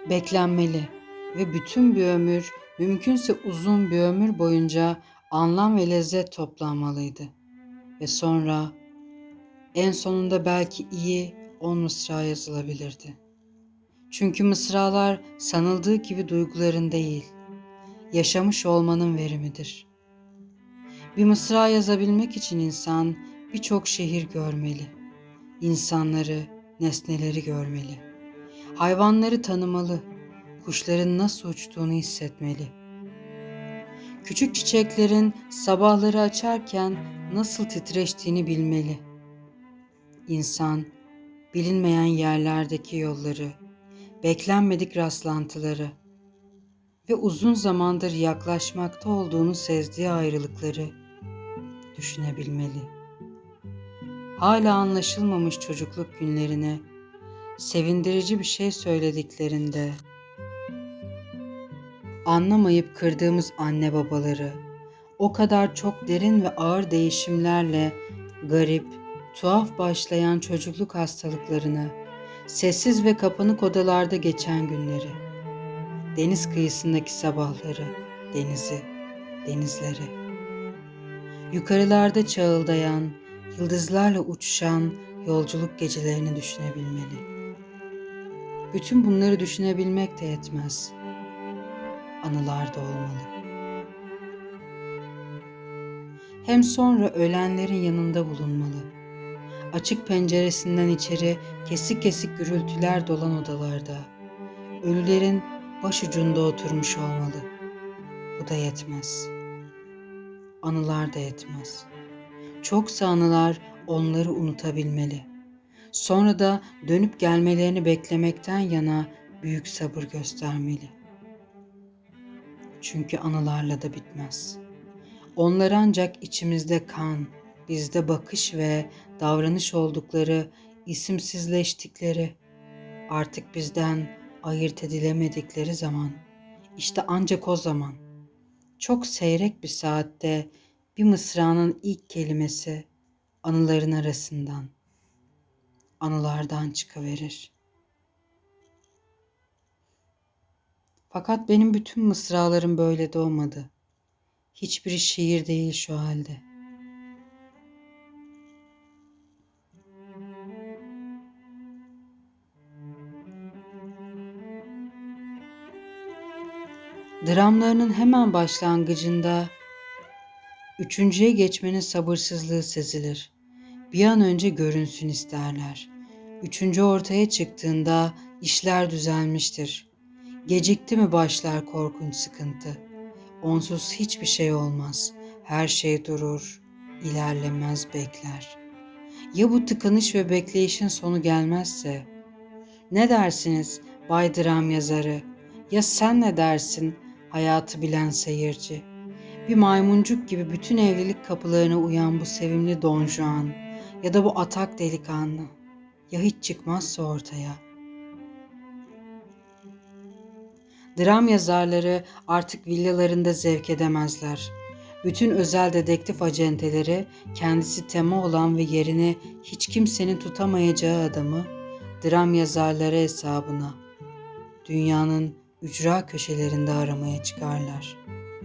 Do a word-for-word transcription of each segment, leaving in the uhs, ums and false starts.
beklenmeli ve bütün bir ömür, mümkünse uzun bir ömür boyunca anlam ve lezzet toplanmalıydı. Ve sonra en sonunda belki iyi on mısra yazılabilirdi. Çünkü mısralar sanıldığı gibi duyguların değil, yaşamış olmanın verimidir. Bir mısra yazabilmek için insan birçok şehir görmeli, insanları, nesneleri görmeli, hayvanları tanımalı, kuşların nasıl uçtuğunu hissetmeli. Küçük çiçeklerin sabahları açarken nasıl titreştiğini bilmeli. İnsan, bilinmeyen yerlerdeki yolları, beklenmedik rastlantıları ve uzun zamandır yaklaşmakta olduğunu sezdiği ayrılıkları düşünebilmeli. Hala anlaşılmamış çocukluk günlerine, sevindirici bir şey söylediklerinde, anlamayıp kırdığımız anne babaları, o kadar çok derin ve ağır değişimlerle garip, tuhaf başlayan çocukluk hastalıklarını, sessiz ve kapanık odalarda geçen günleri, deniz kıyısındaki sabahları, denizi, denizleri, yukarılarda çağıldayan, yıldızlarla uçuşan yolculuk gecelerini düşünebilmeli. Bütün bunları düşünebilmek de yetmez. Anılar da olmalı. Hem sonra ölenlerin yanında bulunmalı. Açık penceresinden içeri kesik kesik gürültüler dolan odalarda, ölülerin başucunda oturmuş olmalı. Bu da yetmez. Anılar da yetmez. Çoksa anılar onları unutabilmeli. Sonra da dönüp gelmelerini beklemekten yana büyük sabır göstermeli. Çünkü anılarla da bitmez. Onlar ancak içimizde kan, bizde bakış ve davranış oldukları, isimsizleştikleri, artık bizden ayırt edilemedikleri zaman, işte ancak o zaman, çok seyrek bir saatte bir mısranın ilk kelimesi anıların arasından, anılardan çıkıverir. Fakat benim bütün mısralarım böyle doğmadı. Hiçbiri şiir değil şu halde. Dramlarının hemen başlangıcında üçüncüye geçmenin sabırsızlığı sezilir. Bir an önce görünsün isterler. Üçüncü ortaya çıktığında işler düzelmiştir. Gecikti mi başlar korkunç sıkıntı. Onsuz hiçbir şey olmaz. Her şey durur, ilerlemez, bekler. Ya bu tıkanış ve bekleyişin sonu gelmezse? Ne dersiniz Bay Dram yazarı? Ya sen ne dersin hayatı bilen seyirci? Bir maymuncuk gibi bütün evlilik kapılarına uyan bu sevimli Don Juan ya da bu atak delikanlı ya hiç çıkmazsa ortaya? Dram yazarları artık villalarında zevk edemezler. Bütün özel dedektif acenteleri kendisi tema olan ve yerini hiç kimsenin tutamayacağı adamı dram yazarları hesabına dünyanın ücra köşelerinde aramaya çıkarlar.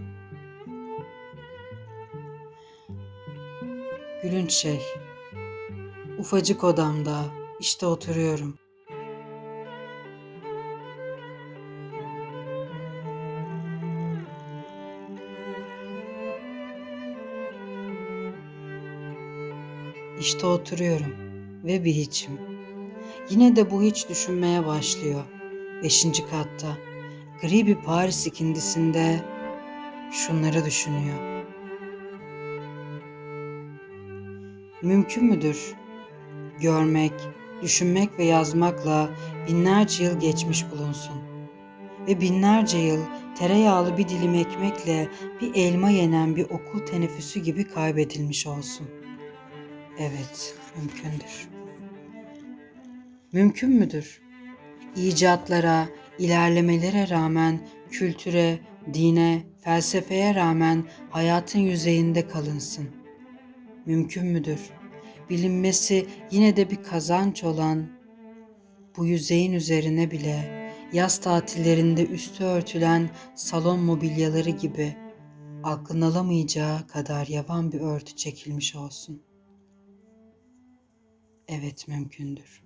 Gülünç şey, ufacık odamda işte oturuyorum. İşte oturuyorum ve bir hiçim. Yine de bu hiç düşünmeye başlıyor. Beşinci katta, gri bir Paris ikindisinde şunları düşünüyor. Mümkün müdür? Görmek, düşünmek ve yazmakla binlerce yıl geçmiş bulunsun. Ve binlerce yıl tereyağlı bir dilim ekmekle bir elma yenen bir okul teneffüsü gibi kaybedilmiş olsun. Evet, mümkündür. Mümkün müdür? İcatlara, ilerlemelere rağmen kültüre, dine, felsefeye rağmen hayatın yüzeyinde kalınsın. Mümkün müdür? Bilinmesi yine de bir kazanç olan bu yüzeyin üzerine bile Yaz tatillerinde üstü örtülen salon mobilyaları gibi aklın alamayacağı kadar yavan bir örtü çekilmiş olsun. Evet, mümkündür.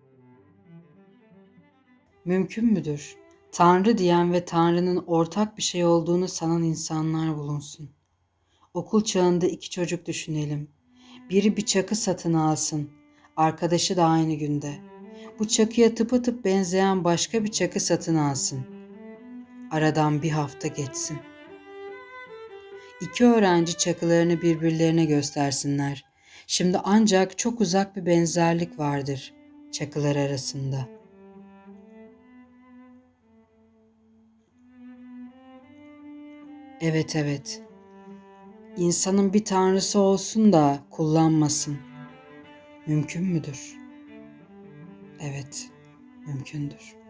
Mümkün müdür? Tanrı diyen ve Tanrı'nın ortak bir şey olduğunu sanan insanlar bulunsun. Okul çağında iki çocuk düşünelim. Biri bir çakı satın alsın. Arkadaşı da aynı günde. Bu çakıya tıpatıp benzeyen başka bir çakı satın alsın. Aradan bir hafta geçsin. İki öğrenci çakılarını birbirlerine göstersinler. Şimdi ancak çok uzak bir benzerlik vardır çakılar arasında. Evet evet. İnsanın bir tanrısı olsun da kullanmasın. Mümkün müdür? Evet, mümkündür.